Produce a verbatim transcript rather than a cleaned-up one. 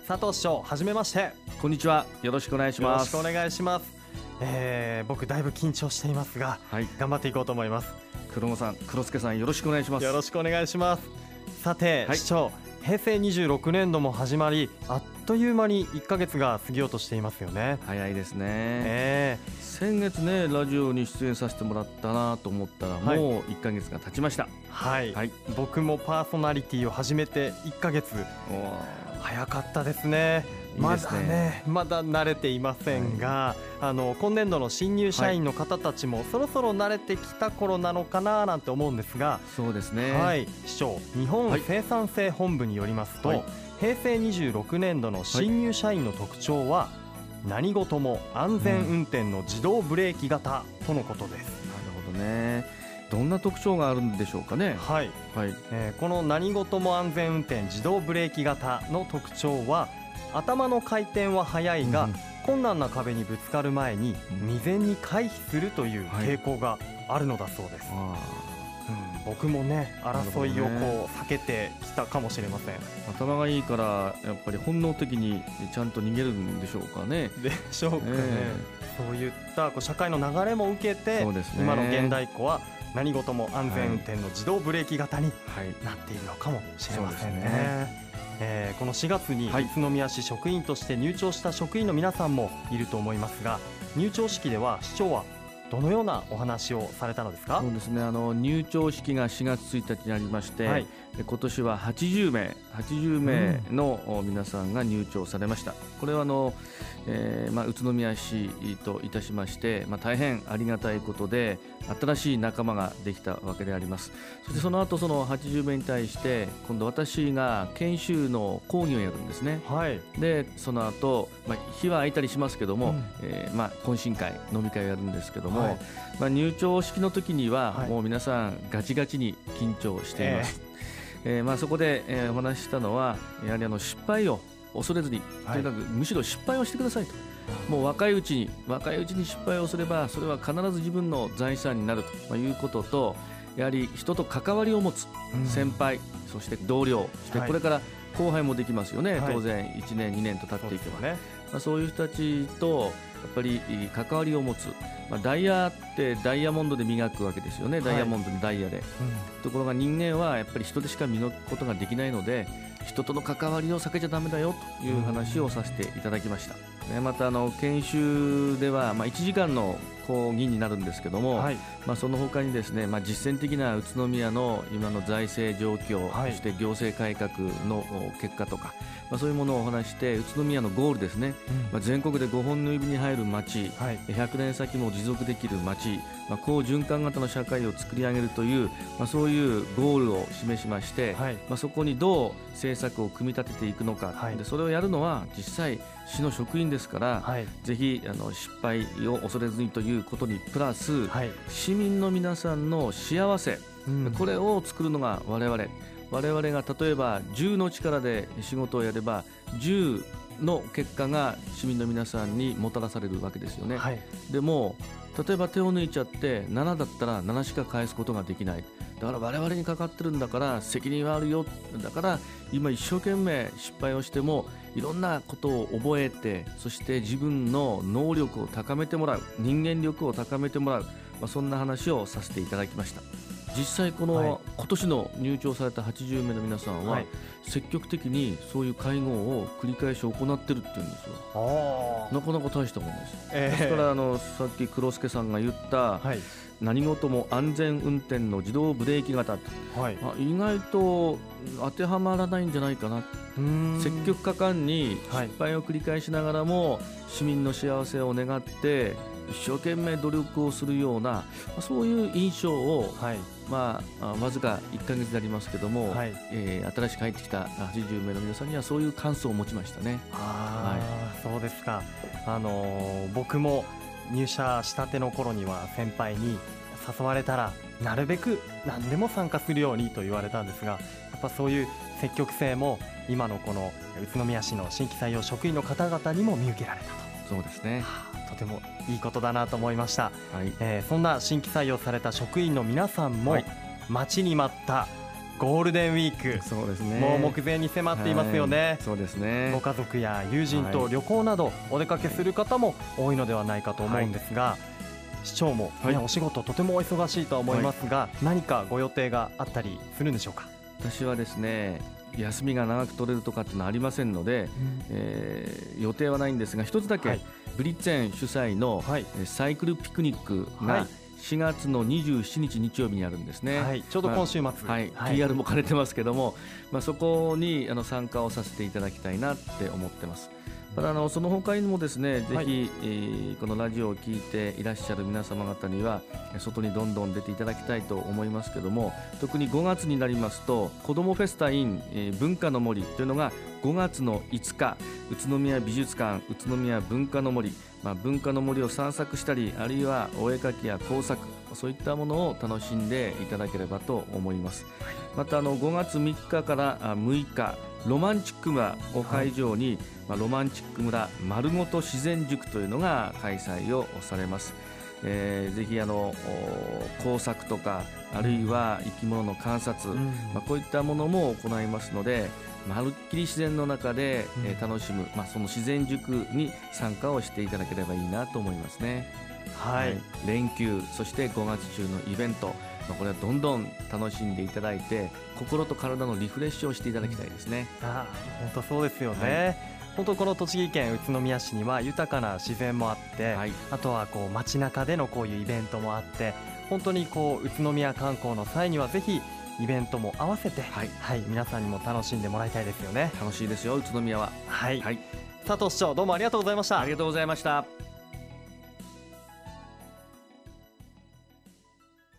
佐藤市長、はじめまして。 こんにちは、よろしくお願いします。 よろしくお願いします。えー、僕だいぶ緊張していますが、はい、頑張っていこうと思います。 黒野さん、黒助さん、よろしくお願いします。 よろしくお願いします。さて、はい、市長、へいせいにじゅうろくねんども始まり、あっという間にいっかげつが過ぎようとしていますよね。 早いですね、 えー、 先月ね、ラジオに出演させてもらったなと思ったら、はい、もういっかげつが経ちました。 はい、はい、僕もパーソナリティを始めていっかげつ、早かったですね。まだね、まだ慣れていませんが、はい、あの今年度の新入社員の方たちもそろそろ慣れてきた頃なのかななんて思うんですが、 そうですね、 はい、市長、日本生産性本部によりますと、はい、へいせいにじゅうろくねんどの新入社員の特徴は、はい、何事も安全運転の自動ブレーキ型とのことです。 なるほどね。どんな特徴があるんでしょうかね。 はい、はい、えー、この何事も安全運転自動ブレーキ型の特徴は、頭の回転は速いが、うん、困難な壁にぶつかる前に未然に回避するという傾向があるのだそうです。はい、うん、僕もね、争いをこう避けてきたかもしれません。 頭がいいからやっぱり本能的にちゃんと逃げるんでしょうかね。 でしょうかね、えー、そういったこう社会の流れも受けて、ね、今の現代っ子は何事も安全運転の自動ブレーキ型になっているのかもしれませんね。えー、このしがつに宇都宮市職員として入庁した職員の皆さんもいると思いますが、入庁式では市長はどのようなお話をされたのですか？ そうですね、あの入庁式がしがつついたちにありまして、はい、今年ははちじゅうめいはちじゅうめいの皆さんが入庁されました。これはあの、えーまあ、宇都宮市といたしまして、まあ、大変ありがたいことで新しい仲間ができたわけであります。そしてその後そのはちじゅうめいに対して今度私が研修の講義をやるんですね。はい、でその後、まあ、日は空いたりしますけども、うん、えーまあ、懇親会飲み会をやるんですけども、はい、まあ、入庁式の時にはもう皆さんガチガチに緊張しています。えーえーまあ、そこで、えー、お話ししたのは、やはりあの失敗を恐れずに、とにかくむしろ失敗をしてくださいと。もう若いうちに若いうちに失敗をすればそれは必ず自分の財産になるということと、やはり人と関わりを持つ先輩、うん、そして同僚、そしてこれから後輩もできますよね、はい、当然いちねんにねんと経っていけば、そうですね、まあ、そういう人たちとやっぱり関わりを持つ、まあ、ダイヤってダイヤモンドで磨くわけですよね、ダイヤモンドのダイヤで、はい、うん、ところが人間はやっぱり人でしか磨くことができないので、人との関わりを避けちゃダメだよという話をさせていただきました。ね、またあの研修では、まあ、いちじかんの講義になるんですけども、はい、まあ、その他にですね、まあ、実践的な宇都宮の今の財政状況、はい、そして行政改革の結果とか、まあ、そういうものをお話して、宇都宮のゴールですね、うん、まあ、全国でごほんの指に入る街、はい、ひゃくねん先も持続できる街、まあ、好循環型の社会を作り上げるという、まあ、そういうゴールを示しまして、はい、まあ、そこにどう政策を組み立てていくのか、はい、でそれをやるのは実際市の職員ですから、はい、ぜひあの失敗を恐れずにということにプラス、はい、市民の皆さんの幸せ、うん、これを作るのが我々我々が例えばじゅうの力で仕事をやればじゅうの結果が市民の皆さんにもたらされるわけですよね。はい、でも例えば手を抜いちゃってななだったらななしか返すことができない。だから我々にかかってるんだから責任はあるよ。だから今一生懸命失敗をしてもいろんなことを覚えて、そして自分の能力を高めてもらう、人間力を高めてもらう、まあ、そんな話をさせていただきました。実際この、はい、今年の入庁されたはちじゅうめいの皆さんは、はい、積極的にそういう会合を繰り返し行ってるっていうんですよ。なかなか大したもんです、えー、ですからあのさっき黒助さんが言った、はい、何事も安全運転の自動ブレーキ型、はい、まあ、意外と当てはまらないんじゃないかな。うーん、積極果敢に失敗を繰り返しながらも、はい、市民の幸せを願って一生懸命努力をするような、まあ、そういう印象を、はい、まあ、わずかいっかげつになりますけども、はい、えー、新しく入ってきたはちじゅうめいの皆さんにはそういう感想を持ちましたね。 あ、はい、そうですか。あのー、僕も入社したての頃には先輩に誘われたらなるべく何でも参加するようにと言われたんですが、やっぱそういう積極性も今のこの宇都宮市の新規採用職員の方々にも見受けられたと。 そうですね、 はあ、とてもいいことだなと思いました。はい、えー、そんな新規採用された職員の皆さんも、はい、待ちに待ったゴールデンウィーク、 そうですね、 もう目前に迫っていますよね、 はい、そうですね。 ご家族や友人と旅行などお出かけする方も多いのではないかと思うんですが、はい、市長も、ね、はい、お仕事とてもお忙しいとは思いますが、はい、何かご予定があったりするんでしょうか？ 私はですね、休みが長く取れるとかっていうのはありませんので、うん、えー、予定はないんですが、一つだけ、はい、ブリッツェン主催の、はい、サイクルピクニックがしがつのにじゅうしちにち日曜日にあるんですね、 はい、ちょうど今週末、まあ、はい、はい、ピーアール も兼ねてますけども、まあ、そこにあの参加をさせていただきたいなって思ってます。ただあのその他にもですね、ぜひ、はい、えー、このラジオを聞いていらっしゃる皆様方には外にどんどん出ていただきたいと思いますけども、特にごがつになりますと子どもフェスタ in、えー、文化の森というのがごがつのいつか、宇都宮美術館、宇都宮文化の森、まあ、文化の森を散策したり、あるいはお絵描きや工作、そういったものを楽しんでいただければと思います。またあのごがつみっかからむいか、ロマンチック村を会場に、はい、まあ、ロマンチック村丸ごと自然塾というのが開催をされます。えー、ぜひあの工作とか、あるいは生き物の観察、うん、まあ、こういったものも行いますので、まるっきり自然の中で、うん、えー、楽しむ、まあ、その自然塾に参加をしていただければいいなと思いますね。 はい、はい、 連休、そしてごがつ中のイベント、まあ、これはどんどん楽しんでいただいて、心と体のリフレッシュをしていただきたいですね。 うん、あ、本当そうですよね、はい、本当この栃木県宇都宮市には豊かな自然もあって、はい、あとはこう街中でのこういうイベントもあって、本当にこう宇都宮観光の際にはぜひイベントも合わせて、はいはい、皆さんにも楽しんでもらいたいですよね。 楽しいですよ、宇都宮は。 はい、はい、佐藤市長、どうもありがとうございました。 ありがとうございました。